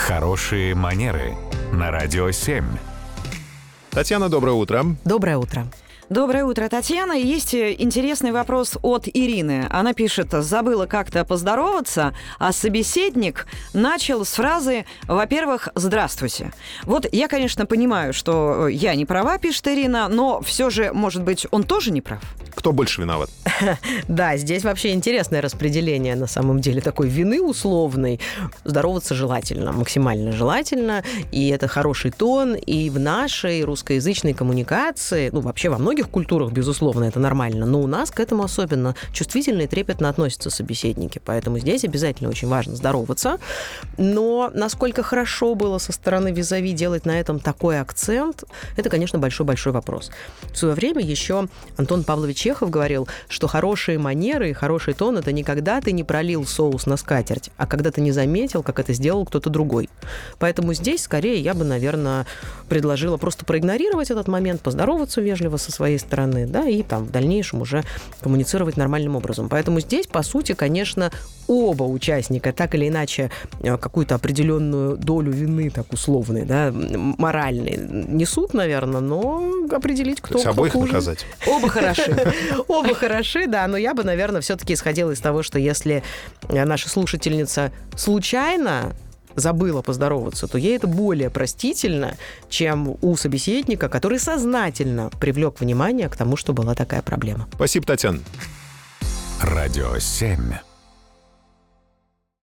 Хорошие манеры на Радио 7. Татьяна, доброе утро. Доброе утро. Доброе утро, Татьяна. Есть интересный вопрос от Ирины. Она пишет: забыла как-то поздороваться, а собеседник начал с фразы «Во-первых, здравствуйте». Вот я, конечно, понимаю, что я не права, пишет Ирина, но все же, может быть, он тоже не прав? Кто больше виноват? Да, здесь вообще интересное распределение, на самом деле, такой вины условной. Здороваться желательно, максимально желательно, и это хороший тон, и в нашей русскоязычной коммуникации, вообще во многих культурах, безусловно, это нормально, но у нас к этому особенно чувствительно и трепетно относятся собеседники, поэтому здесь обязательно очень важно здороваться, но насколько хорошо было со стороны визави делать на этом такой акцент, это, конечно, большой-большой вопрос. В свое время еще Антон Павлович Чехов говорил, что хорошие манеры и хороший тон – это не когда ты не пролил соус на скатерть, а когда ты не заметил, как это сделал кто-то другой. Поэтому здесь, скорее, я бы, наверное, предложила просто проигнорировать этот момент, поздороваться вежливо со своей стороны, да, и там в дальнейшем уже коммуницировать нормальным образом. Поэтому здесь, по сути, конечно, оба участника так или иначе какую-то определенную долю вины, так условной, да, моральной, несут, наверное, но определить, кто хуже. Обоих наказать. Оба хороши. Оба хороши, да, но я бы, наверное, все-таки исходила из того, что если наша слушательница случайно забыла поздороваться, то ей это более простительно, чем у собеседника, который сознательно привлек внимание к тому, что была такая проблема. Спасибо, Татьяна. Радио 7.